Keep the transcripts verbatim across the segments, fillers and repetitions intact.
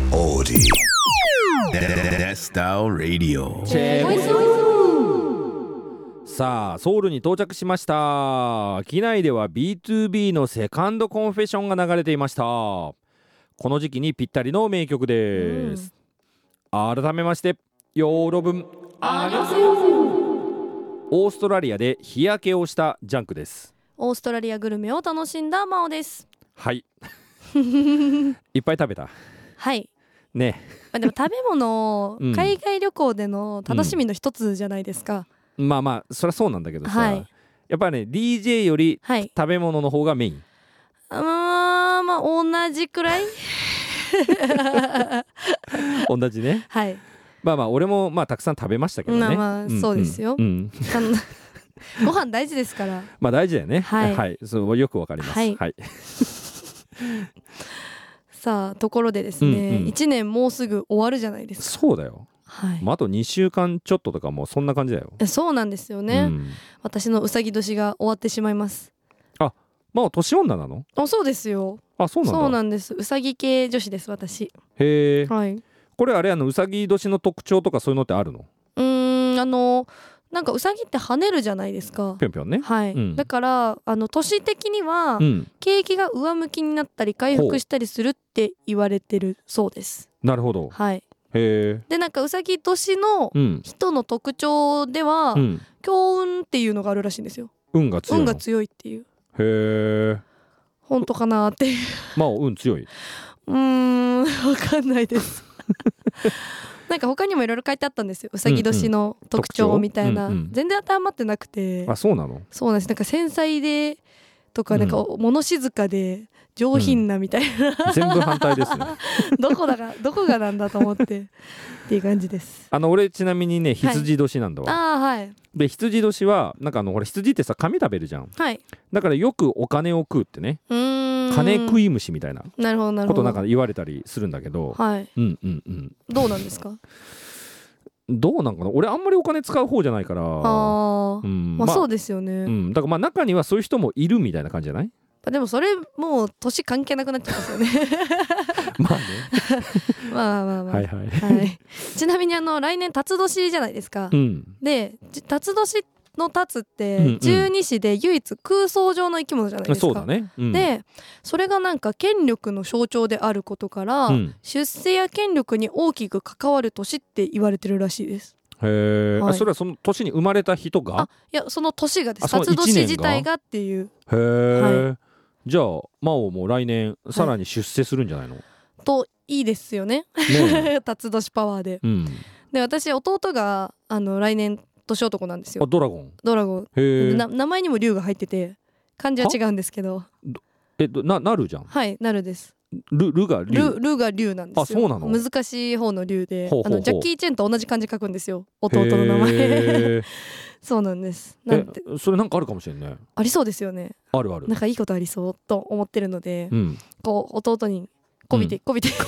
オーディデスタオラディオ。 さあソウルに到着しました。機内では ビーツービー のセカンドコンフェッションが流れていました。この時期にぴったりの名曲です、うん、改めましてヨーロブンアニョセヨ。オーストラリアで日焼けをしたジャンクです。 オーストラリアグルメを楽しんだマオです。 はいいっぱい食べた。 はいね、 まあ、でも食べ物、うん、海外旅行での楽しみの一つじゃないですか、 うん、まあまあそりゃそうなんだけどさ、はい、やっぱね ディージェー より食べ物の方がメイン、 はい、あまあ同じくらい同じね。 はいまあまあ俺もまあたくさん食べましたけどね。 まあまあそうですよ、うんうん、ご飯大事ですからまあ大事だよね。 はい、 はい、そうよくわかります。はい、はいさあところでですね、うんうん、いちねんもうすぐ終わるじゃないですか。 そうだよ、 はい、 まあ、あとにしゅうかんちょっととかもうそんな感じだよ。 そうなんですよね、うん、私のうさぎ年が終わってしまいます。 あ、まあ年女なの？あ、 そうですよ。 あ、そうなんだ。 そうなんです。うさぎ系女子です私。 へえ、 はい、 これあれあのうさぎ年の特徴とかそういうのってあるの？ うーんあのなんかうさぎって跳ねるじゃないですか。 ぴょんぴょんね。 はい、うん、だからあの年的には、うん、景気が上向きになったり回復したりするって言われてるそうです。 なるほど。 はい。 へでなんかうさぎ年の人の特徴では、うん、強運っていうのがあるらしいんですよ。 運が強いの？ 運が強いっていう。 へえ。 本当かなってまあ運強い。 うーんわかんないですなんか他にもいろいろ書いてあったんですよ。うさぎ年の特徴みたいな、うんうん、全然当てはまってなくて。 あ、そうなの？ そうなんです。なんか繊細でとか、なんか物静かで上品なみたいな、 うん、全部反対ですねどこだかどこがなんだと思ってっていう感じです。 あの俺ちなみにね羊年なんだわ、 はい、あはい。 で羊年はなんかあのほら羊ってさ紙食べるじゃん、はい、だからよくお金を食うってね、うーん金食い虫みたいなことなんか言われたりするんだけど、 はい、 うんうんうん。 どうなんですか？ どうなんかな、俺あんまりお金使う方じゃないから。 あ、うん、まあ、まあそうですよね、 うん、だからまあ中にはそういう人もいるみたいな感じじゃない？ でもそれもう年関係なくなっちゃいますよねまあねまあまあまあ、 はいはい、 はい、ちなみにあの来年辰年じゃないですか、うん、で辰年の辰って十二支で唯一空想上の生き物じゃないですか、 うんうん、そうだね、うん、 でそれがなんか権力の象徴であることから、うん、出世や権力に大きく関わる年って言われてるらしいです。 へえ、はい、それはその年に生まれた人が？ あ、いやその年がです。辰年自体がっていう。 へえ、はい、じゃあマオも来年さらに出世するんじゃないの？はい、といいですよね辰年パワーで、うん、で私弟があの来年年男なんですよ。 あ、ドラゴン。 ドラゴン。へな名前にも龍が入ってて漢字は違うんですけど。 えななるじゃん。 はい、なるです。 ルルが龍。 ルルが龍なんですよ。 あ、そうなの？ 難しい方の龍で、ほうほうほう、あのジャッキー・チェンと同じ漢字書くんですよ。弟の名前。そうなんです。なんてそれなんかあるかもしれんね。 ありそうですよね。 あるある。 なんかいいことありそうと思ってるので、うん、こう弟にこびて、うん、こびて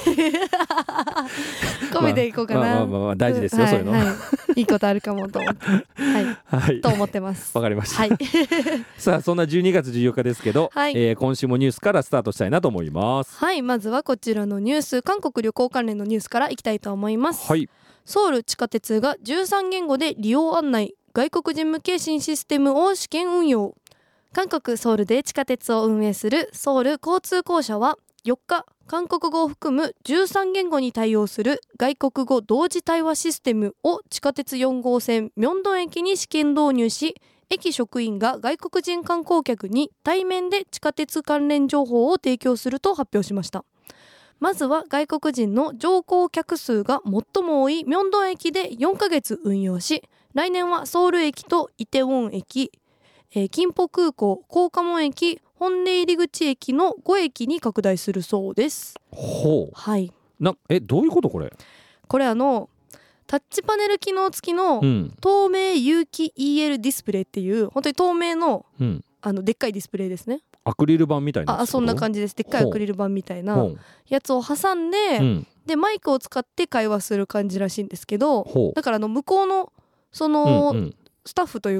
こびていこうかな。 まあまあまあまあ大事ですよ、 はい、 そういうの、 はい、いいことあるかもと思って、はいはい、と思ってます。 わかりました、 はい、 さあそんなじゅうにがつじゅうよっかですけど、はい、えー、今週もニュースからスタートしたいなと思います。 はい、まずはこちらのニュース、韓国旅行関連のニュースからいきたいと思います。 はい、 ソウル地下鉄がじゅうさんげんごで利用案内、外国人向け新システムを試験運用。韓国ソウルで地下鉄を運営するソウル交通公社はよっか、韓国語を含むじゅうさんげんごに対応する外国語同時対話システムを地下鉄よんごうせんミョンドン駅に試験導入し、駅職員が外国人観光客に対面で地下鉄関連情報を提供すると発表しました。まずは外国人の乗降客数が最も多いミョンドン駅でよんかげつ運用し、来年はソウル駅とイテウォン駅、えー、キンポ空港、光化門駅、本音入り口駅のごえきに拡大するそうです。 ほう、 はい、 なえどういうことこれ？ これあのタッチパネル機能付きの透明有機 イーエル ディスプレイっていう本当に透明の、うん、あのでっかいディスプレイですね。 アクリル板みたいな。 あ、そんな感じです。でっかいアクリル板みたいなやつを挟んで、うん、でマイクを使って会話する感じらしいんですけど、だからあの向こうのその、うんうん、スタッフというか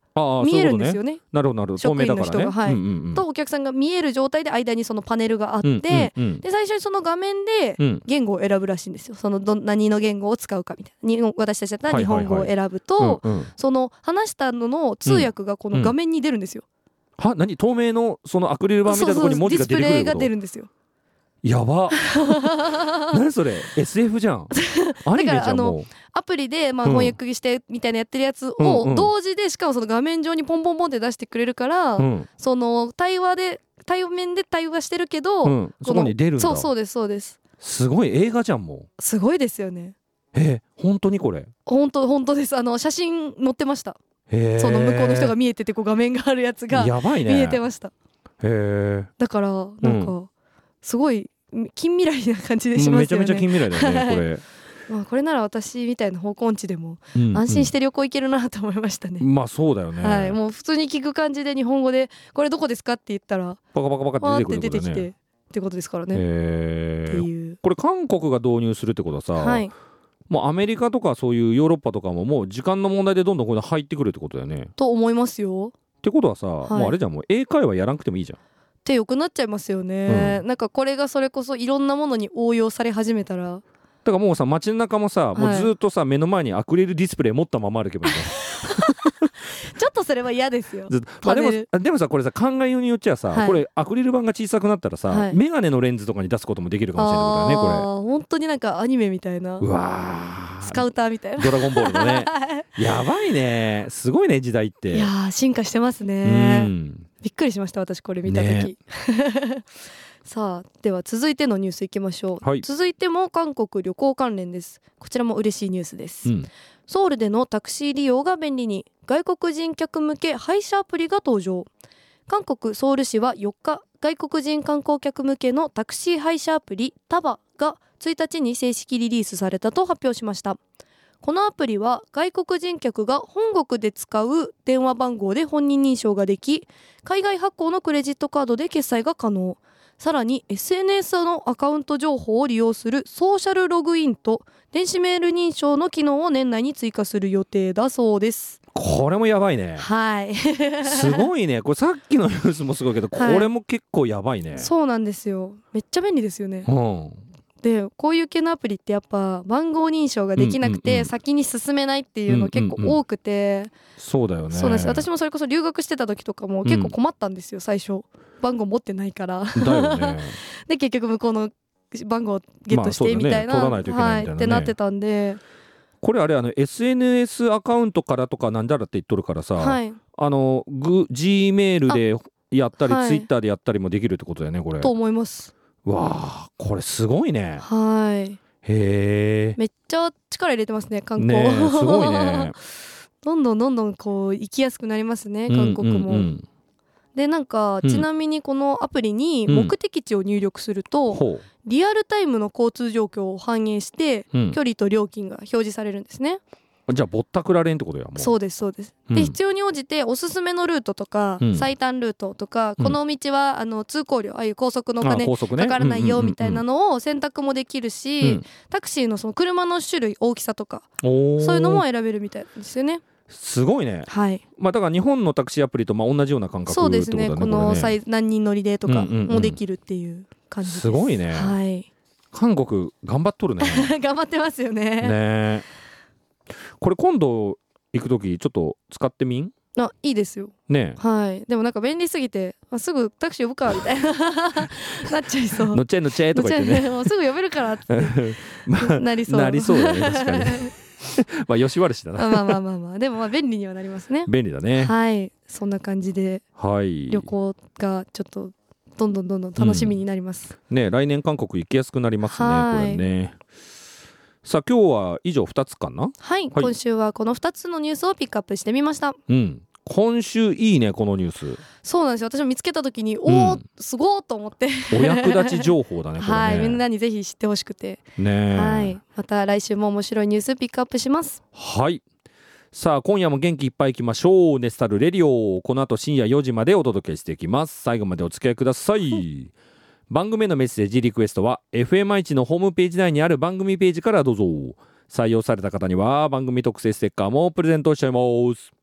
ああ見えるんですそういうことね。 よね。 なるほどなるほど。透職員の明だからね。 人がはいうんうんうん、 とお客さんが見える状態で間にそのパネルがあって、 うんうんうん、 で最初にその画面でうん言語を選ぶらしいんですよ。そのど何の言語を使うかみたいな。日本私たちだったら日本語を選ぶと、 うんうん、 その話したのの通訳がこの画面に出るんですよ。 は何透明のそのアクリル板みたいなところに文字が出てくるってこと？ ディスプレイが出るんですよ。 やば何それ エスエフ じゃんアニメじゃん。もうアプリでまあうん翻訳してみたいなやってるやつうんうんを同時でしかもその画面上にポンポンポンって出してくれるから、 うんその対話で対面で対話してるけど、 うん、そこに出るんだ。 そうそうですそうです。 すごい映画じゃんもう。 すごいですよね。 え本当にこれ？ 本当本当です。あの写真載ってました。 へその向こうの人が見えててこう画面があるやつがやばいね。 見えてました。 へだからなんかすごい近未来な感じでしますよね。 めちゃめちゃ近未来だよねこれまあこれなら私みたいな方向音痴でもうんうん安心して旅行行けるなと思いましたね。 まあそうだよね。 はい、もう普通に聞く感じで日本語でこれどこですかって言ったらパカパカパカわーっ出てくるってことだね。 ってて出てきてってことですからね。 へーっていう。 これ韓国が導入するってことはさ、 はい。 もうアメリカとかそういうヨーロッパとかももう時間の問題でどんどんこれ入ってくるってことだよね。っと思いますよ。 てことはさ、 はいもうあれじゃん、もう英会話やらなくてもいいじゃん。 って良くなっちゃいますよね、 うなんかこれがそれこそいろんなものに応用され始めたらだからもうさ街中もさ、もうずっとさ目の前にアクリルディスプレイ持ったまま歩けばいいじゃんちょっとそれは嫌ですよ。 ずっとまあ、でもパネルでもさこれさ考えようによっちゃさ、 はいこれアクリル板が小さくなったらさ、 はいメガネのレンズとかに出すこともできるかもしれないことだよねこあー本当になんかアニメみたいなれ。うわースカウターみたいなドラゴンボールのねやばいね、すごいね時代って。 いやー進化してますうね。 んびっくりしました私これ見た時、 ねさあでは続いてのニュースいきましょう、 はい続いても韓国旅行関連です。こちらも嬉しいニュースです、 うんソウルでのタクシー利用が便利に、外国人客向け配車アプリが登場。韓国ソウル市はよっか、外国人観光客向けのタクシー配車アプリタバがついたちに正式リリースされたと発表しました。このアプリは外国人客が本国で使う電話番号で本人認証ができ、海外発行のクレジットカードで決済が可能。さらに エスエヌエス のアカウント情報を利用するソーシャルログインと電子メール認証の機能を年内に追加する予定だそうです。 これもやばいね。 はいすごいね。これさっきのニュースもすごいけど、 はいこれも結構やばいね。 そうなんですよ。めっちゃ便利ですよね。 うんでこういう系のアプリってやっぱ番号認証ができなくて、 うんうんうん先に進めないっていうの結構多くて、 そうだよね。 そうなんです。私もそれこそ留学してた時とかも結構困ったんですよ、最初番号持ってないからだよね。 で結局向こうの番号をゲットしてみたいな、 まあそうだね取らないといけないみたいなねはい、ってなってたんで、 これあれあの エスエヌエス アカウントからとかなんだらって言っとるからさ、 はいあのグ G メールでやったりはいツイッターでやったりもできるってことだよねこれ。 と思います。 わあこれすごいね。 はいへえ。 めっちゃ力入れてますね観光、 ねえすごいね。 どんどんどんどんこう行きやすくなりますね韓国も、 うんうんうんでなんかうんちなみにこのアプリに目的地を入力すると、 ほリアルタイムの交通状況を反映してう、うん距離と料金が表示されるんですね。 じゃあぼったくられんってことやもう。 そうですそうです、 うんで必要に応じておすすめのルートとか、 うん最短ルートとか、 うんこの道はあの通行料、ああいう高速のおあ金高速ねかからないよみたいなの。 のを選択もできるし、 うんタクシーのその車の種類大きさとかおーそういうのも選べるみたいなんですよね。 すごいね。 はいまあだから日本のタクシーアプリとまあ同じような感覚ってことだね。 そうですねこのれね最何人乗りでとかうんうんうんもできるっていう感じです。 すごいねはい韓国頑張っとるね。 頑張ってますよね。 ねこれ今度行く時ちょっと使ってみんあいいですよ。 ねはいでもなんか便利すぎて、あすぐタクシー呼ぶかみたいななっちゃいそう。 乗っちゃえ乗っちゃえとか言ってね。 もうすぐ呼べるからってまあなりそうなりそうだね確かに。まあ吉原市だな。 あまあまあまあまあでもまあ便利にはなりますね。 便利だね。 はいそんな感じではい。 旅行がちょっとどんどんどんどん楽しみになります。 ね来年韓国行きやすくなりますねはいこれね。さあ今日は以上ふたつかな。 はい、 はい今週はこのふたつのニュースをピックアップしてみました。 うん。今週いいねこのニュース。 そうなんですよ。私も見つけた時に、 んおおすごーと思ってお役立ち情報だねこれね。 はいみんなにぜひ知ってほしくて、 ねはいまた来週も面白いニュースピックアップします。 はい。さあ今夜も元気いっぱいいきましょう。ネスタルレディオ、この後深夜よじまでお届けしていきます。最後までお付き合いください。番組へのメッセージリクエストは エフエムアイチ のホームページ内にある番組ページからどうぞ。採用された方には番組特製ステッカーもプレゼントしちゃいます。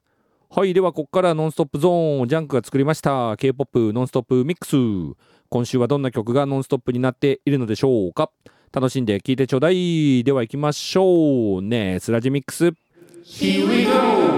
はい、ではここからノンストップゾーン、ジャンクが作りました K-ポップ ノンストップミックス。今週はどんな曲がノンストップになっているのでしょうか。楽しんで聴いてちょうだい。では行きましょうね。スラジミックス Here we go。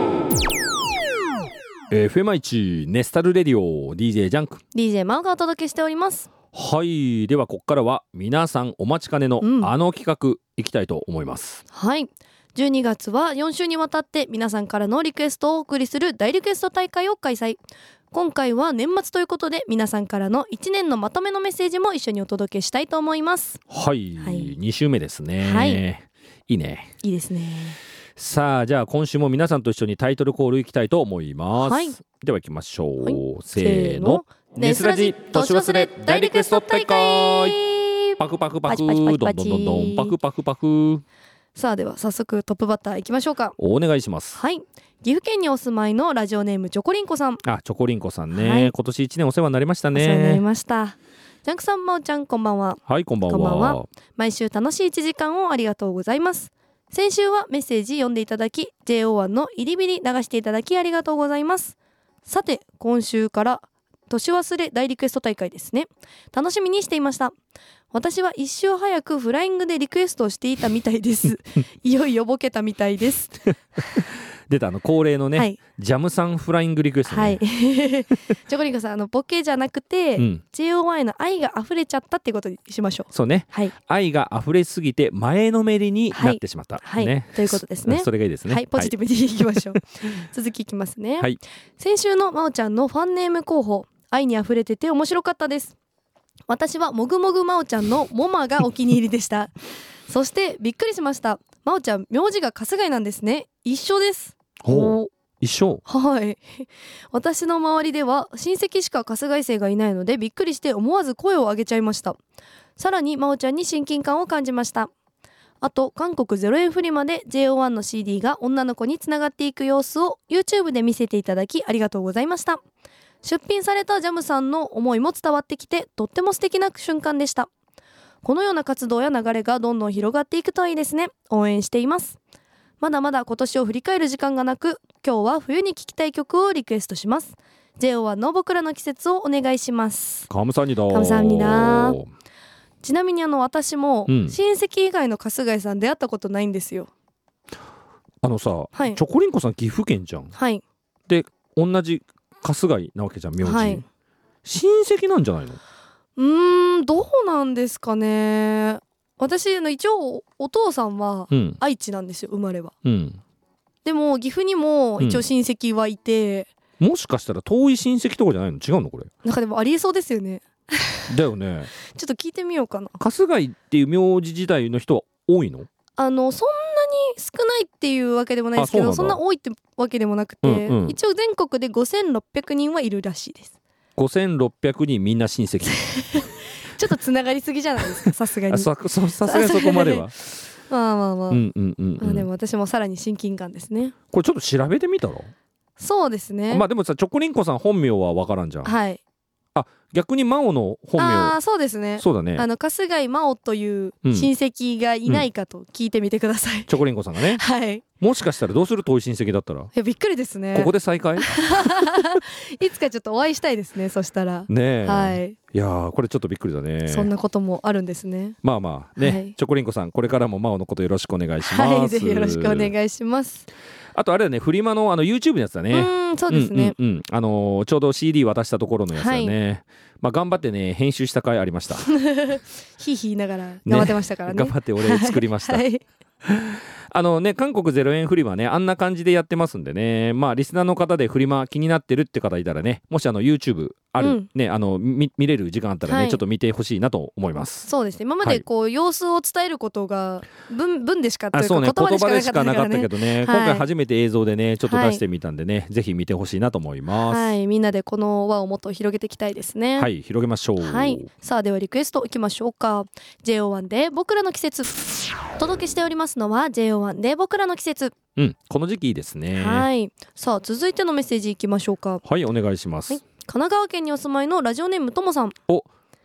エフエムワン ネスタルレディオ ディージェー ジャンクディージェー マオがお届けしております。 はい、ではここからは皆さんお待ちかねのあの企画いきたいと思います、 うん、はい、じゅうにがつはよん週にわたって皆さんからのリクエストをお送りする大リクエスト大会を開催。今回は年末ということで皆さんからのいちねんのまとめのメッセージも一緒にお届けしたいと思います。 はい、はい、に週目ですね、 はい、 いいね、 いいですね。 さあ、じゃあ今週も皆さんと一緒にタイトルコールいきたいと思います、はい、では行きましょう、はい、せーの、ネスラジ年忘れ大リクエスト大会。パクパクパク、どんどんどんどんパクパクパク。 さあ、では早速トップバッターいきましょうか。 お願いします。 はい、岐阜県にお住まいのラジオネームチョコリンコさん。 あ、チョコリンコさんね、 はい、 今年いちねんお世話になりましたね。 お世話になりました。ジャンクさん、まおちゃん、こんばんは。 はい、こんばんは。 こんばんは。毎週楽しいいちじかんをありがとうございます。先週はメッセージ読んでいただき ジェイオーワン の入りビリ流していただきありがとうございます。さて、今週から年忘れ大リクエスト大会ですね。楽しみにしていました。私は一周早くフライングでリクエストをしていたみたいですいよいよボケたみたいです出た、あの恒例のね、はい、ジャムさんフライングリクエストね、はい、チョコリンコさん、あのボケじゃなくて、うん、ジェイオーワン への愛が溢れちゃったっていうことにしましょう。 そうね、はい、愛が溢れすぎて前のめりになってしまった、 はい、 ね、 はい、ということですね。 それがいいですね。 はい、ポジティブにいきましょう、はい、続きいきますね、はい、先週のまおちゃんのファンネーム候補、愛に溢れてて面白かったです。私はもぐもぐまおちゃんのモマがお気に入りでしたそしてびっくりしました。まおちゃん、名字が春日井なんですね。一緒です。 ほう、一緒。 はい、私の周りでは親戚しか春日井生がいないのでびっくりして思わず声を上げちゃいました。さらにまおちゃんに親近感を感じました。あと、韓国ゼロえんフリマで ジェイオーワン の シーディー が女の子につながっていく様子を YouTube で見せていただきありがとうございました。出品されたジャムさんの思いも伝わってきてとっても素敵な瞬間でした。このような活動や流れがどんどん広がっていくといいですね。応援しています。まだまだ今年を振り返る時間がなく、今日は冬に聴きたい曲をリクエストします。 ジェイオーワン の僕らの季節をお願いします。 감사합니다。 감사합니다。ちなみにあの私も親戚以外の春日井さん出会ったことないんですよ。 あのさ、 はい、 チョコリンコさん岐阜県じゃん。はい。で同じ春日井なわけじゃん、名字、はい、親戚なんじゃないの？ うーん、どうなんですかね。私の一応お父さんは愛知なんですよ、うん、生まれは、うん、でも岐阜にも一応親戚はいて、 うん、もしかしたら遠い親戚とかじゃないの？違うのこれ？ なんかでもありえそうですよねだよねちょっと聞いてみようかな。 春日井っていう名字時代の人は多いの？ あのそんなに少ないっていうわけでもないですけど、 そ, そんな多いってわけでもなくて、うんうん、一応全国でごせんろっぴゃくにんはいるらしいです。 ごせんろっぴゃくにんみんな親戚ちょっとつながりすぎじゃないですか、さすがに。 さすがにそこまではまあまあまあ、 うんうんうんうん、 まあでも私もさらに親近感ですね。 これちょっと調べてみたら？ そうですね。 まあでもさ、チョコリンコさん本名は分からんじゃん。はい。あ、逆に真央の本名。 ああ、そうですね。 そうだね。 あの春日井真央という親戚がいないかと聞いてみてください、うんうん、 チョコリンコさんがね。はい。もしかしたらどうする？遠い親戚だったら。いや、びっくりですね。 ここで再会いつかちょっとお会いしたいですね、そしたらねえ。 はい。 いやー、これちょっとびっくりだね。 そんなこともあるんですね。 まあまあね、はい、チョコリンコさん、これからも真央のことよろしくお願いします。 はい、ぜひよろしくお願いします。 あとあれだね、フリマのあの YouTube のやつだね。 うん、そうですね、 うんうんうん、あのー、ちょうど シーディー 渡したところのやつだね、はい、まあ、頑張ってね編集した回ありましたひいひい言いながら頑張ってましたからね。 頑張って俺作りました、はい、あのね、韓国ゼロえんフリマね、あんな感じでやってますんでね、まあリスナーの方でフリマ気になってるって方いたらね、もしあの YouTube ある、うん、ね、あの 見, 見れる時間あったらね、はい、ちょっと見てほしいなと思います。 そうですね、今までこう、はい、様子を伝えることが 文, 文でしかというか、 そう、ね、 言葉でしかなかったからね、 言葉でしかなかったけどね、はい、今回初めて映像でねちょっと出してみたんでね、はい、ぜひ見てほしいなと思います。 はい、みんなでこの輪をもっと広げていきたいですね。 はい、広げましょう。 はい、さあではリクエストいきましょうか。 ジェイオーワン で僕らの季節。お届けしておりますのは ジェイオーワン で僕らの季節。 うん、この時期いいですね。 はい、さあ続いてのメッセージいきましょうか。 はい、お願いします。はい、 神奈川県にお住まいのラジオネームともさん。 お、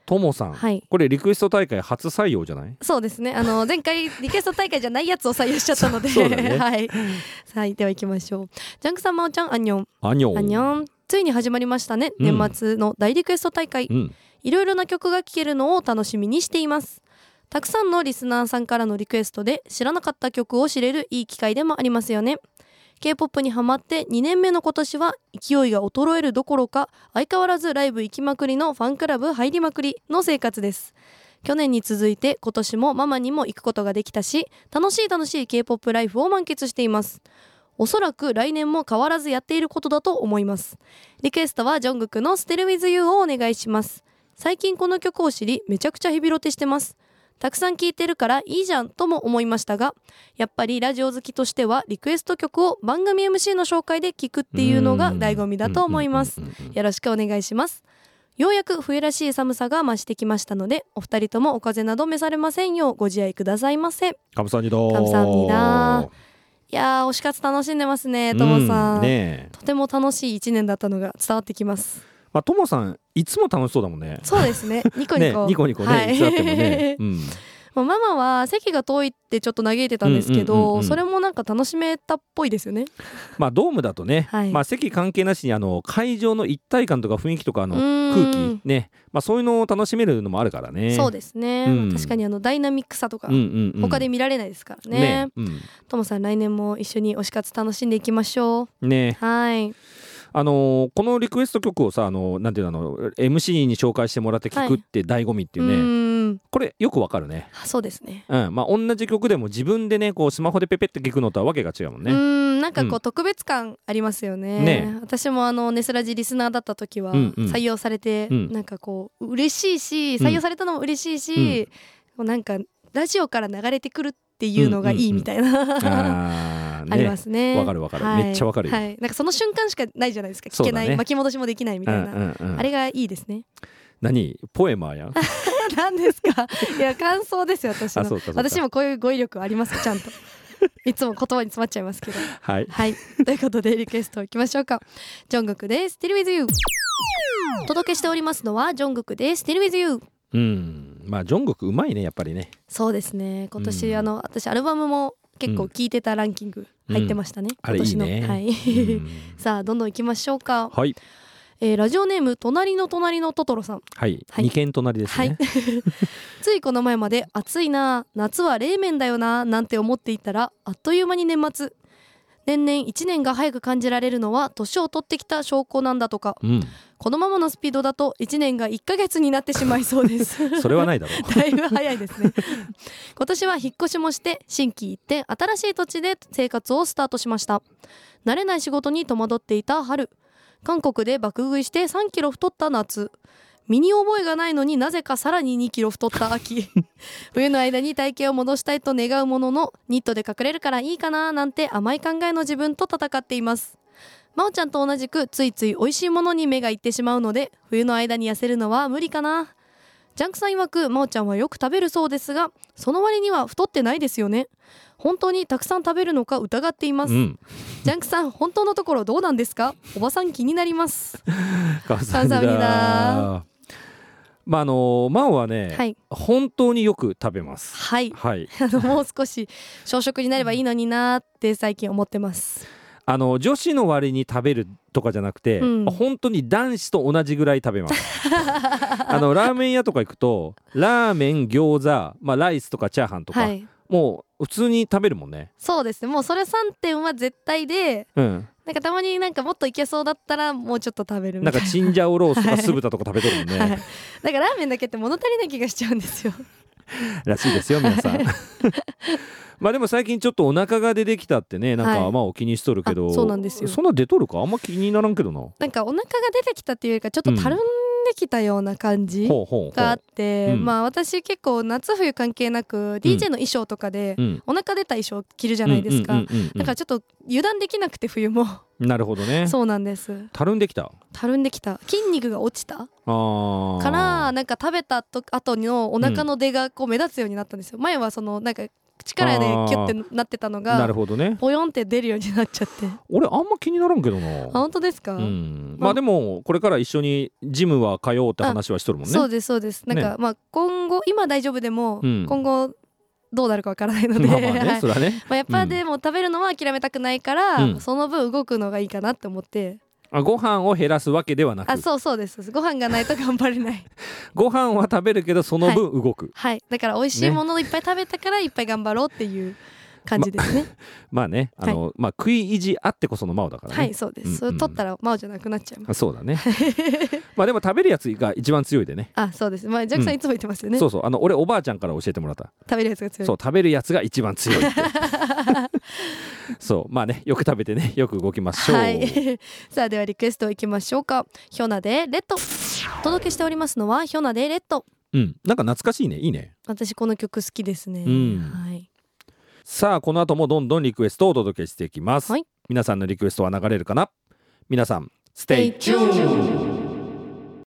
ともさん、 はいこれリクエスト大会初採用じゃない？ そうですね。あの前回リクエスト大会じゃないやつを採用しちゃったのでそうだねはい、はい、では行きましょう。ジャンクさん、まおちゃん、アンニョン。 アンニョンアンニョン。ついに始まりましたね、 うん年末の大リクエスト大会、 うん、 いろいろな曲が聴けるのを楽しみにしています。たくさんのリスナーさんからのリクエストで知らなかった曲を知れるいい機会でもありますよね。 K-ポップ にハマってにねんめの今年は勢いが衰えるどころか相変わらずライブ行きまくりのファンクラブ入りまくりの生活です。去年に続いて今年もママにも行くことができたし、楽しい楽しい K-ポップ ライフを満喫しています。おそらく来年も変わらずやっていることだと思います。リクエストはジョングクの Still With You をお願いします。最近この曲を知りめちゃくちゃヘビロテしてます。たくさん聴いてるからいいじゃんとも思いましたが、やっぱりラジオ好きとしてはリクエスト曲を番組 エムシー の紹介で聴くっていうのが醍醐味だと思います。よろしくお願いします。ようやく冬らしい寒さが増してきましたので、お二人ともお風邪など召されませんようご自愛くださいませ。 カムサハムニダ。 カムサハムニダ。いやー、推し活楽しんでますね、ともさん、 うんね、 とても楽しいいちねんだったのが伝わってきます。 まあ、ともさんいつも楽しそうだもんね。 そうですね、ニコニコ、 ね、ニコニコね、はい、いつだってもね、うん、 まあ、ママは席が遠いってちょっと嘆いてたんですけど、うんうんうんうん、それもなんか楽しめたっぽいですよね。 まあドームだとね、はい、まあ、席関係なしにあの会場の一体感とか雰囲気とかの空気ね、まあ、そういうのを楽しめるのもあるからね。 そうですね、うん、確かにあのダイナミックさとか、うんうんうん、他で見られないですからね。ね、うん、ともさん、来年も一緒に推し活楽しんでいきましょうね。はい、 あのー、このリクエスト曲をさ、あのなんていうの、エムシー に紹介してもらって聴くって醍醐味っていうね、はい、うんこれよくわかるね。 そうですね、 うん、まあ、同じ曲でも自分でねこうスマホでペペって聴くのとはわけが違うもんね。 うんなんかこう、うん、特別感ありますよ ね, ね私もあのネスラジリスナーだった時は採用されて、うんうん、なんかこう嬉しいし、採用されたのも嬉しいし、うん、なんかラジオから流れてくるっていうのがいいみたいな、うんうんうん、あ, ありますね。 わかるわかる、はい、めっちゃわかるよ、 はい、なんかその瞬間しかないじゃないですか、聞けない、ね、巻き戻しもできないみたいな、うんうんうん、あれがいいですね。 何ポエマーやん何ですか。いや感想ですよ、私の。私もこういう語彙力ありますちゃんといつも言葉に詰まっちゃいますけどはい、はい、ということでリクエストいきましょうか。ジョングクで Still With You。 お届けしておりますのはジョングクで Still With You。 うんまあジョングクうまいねやっぱりね。 そうですね、今年、うん、あの私アルバムも結構聴いてたランキング入ってましたね、うん、今年の、 あれいいね、 はいうん、さあどんどんいきましょうか。 はい、 えー、ラジオネーム隣の隣のトトロさん。 はい、はい、に軒隣ですね、はい、 ついこの前まで暑いな、夏は冷麺だよななんて思っていたら、あっという間に年末。年々いちねんが早く感じられるのは年を取ってきた証拠なんだとか、うん、このままのスピードだといちねんがいっかげつになってしまいそうですそれはないだろうだいぶ早いですね今年は引っ越しもして心機一転新しい土地で生活をスタートしました。慣れない仕事に戸惑っていた春、韓国で爆食いしてさんキロ太った夏、身に覚えがないのになぜかさらににキロ太った秋冬の間に体型を戻したいと願うものの、ニットで隠れるからいいかななんて甘い考えの自分と戦っています。まおちゃんと同じくついつい美味しいものに目がいってしまうので、冬の間に痩せるのは無理かな。ジャンクさん曰くまおちゃんはよく食べるそうですが、その割には太ってないですよね。本当にたくさん食べるのか疑っています、うん、ジャンクさん本当のところどうなんですか。おばさん気になります 감사합니다。まああのマオはね、はい、本当によく食べます。 はい、はい、あのもう少し小食になればいいのになって最近思ってます。 あの女子の割に食べるとかじゃなくて、うん、本当に男子と同じぐらい食べますあのラーメン屋とか行くとラーメン、餃子、まあ、ライスとかチャーハンとか、はい、もう普通に食べるもんね。 そうですね、もうそれさんてんは絶対で、うん、なんかたまになんかもっといけそうだったらもうちょっと食べるみたいな。 なんかチンジャオロースとか酢豚とか食べとるもんね、はい、 だからラーメンだけって物足りない気がしちゃうんですよらしいですよ皆さんまあでも最近ちょっとお腹が出てきたってね、なんかまあお気にしとるけど、はい、 そうなんですよ。 そんな出とるかあんま気にならんけどな。 なんかお腹が出てきたっていうかちょっとたるんできたような感じがあって、うん、まあ私結構夏冬関係なく ディージェー の衣装とかでお腹出た衣装着るじゃないですか。だからちょっと油断できなくて冬もなるほどね。 そうなんです。 たるんできたたるんできた筋肉が落ちたあからなんか食べたと後のお腹の出がこう目立つようになったんですよ。前はそのなんか力でキュッてなってたのがなるほどね。 ポヨンって出るようになっちゃって。 俺あんま気にならんけどな。 あ、本当ですか？ うん、まあでもこれから一緒にジムは通おうって話はしとるもんね。 そうですそうです。なんか、ね、まあ今後今大丈夫でも、うん、今後どうなるかわからないので、 まあまあね、それはねまあやっぱでも食べるのは諦めたくないから、うん、その分動くのがいいかなって思って。 あ、ご飯を減らすわけではなく。 あ、そうそうです。ご飯がないと頑張れないご飯は食べるけどその分動く、 はい、はい、だから美味しいものをいっぱい食べたからいっぱい頑張ろうっていう感じですね。 ま, まあね、あの、はい、まあ食い意地あってこそのマオだからね。 はい、そうです。うんうん、それ取ったらマオじゃなくなっちゃいます。 そうだね。まあでも食べるやつが一番強いでね。 あ、そうです。まあジャックさんいつも言ってますよね。 うん、そうそう、あの俺おばあちゃんから教えてもらった。 食べるやつが強い。 そう、食べるやつが一番強いって。そう、まあね、よく食べてね、よく動きましょう。はい、 さあではリクエストいきましょうか。ヒョナでレッド。お届けしておりますのはヒョナでレッド。 うん、なんか懐かしいね。いいね。 私この曲好きですね。 うん、はい。さあこの後もどんどんリクエストをお届けしていきます、はい、皆さんのリクエストは流れるかな。皆さんステイチューン。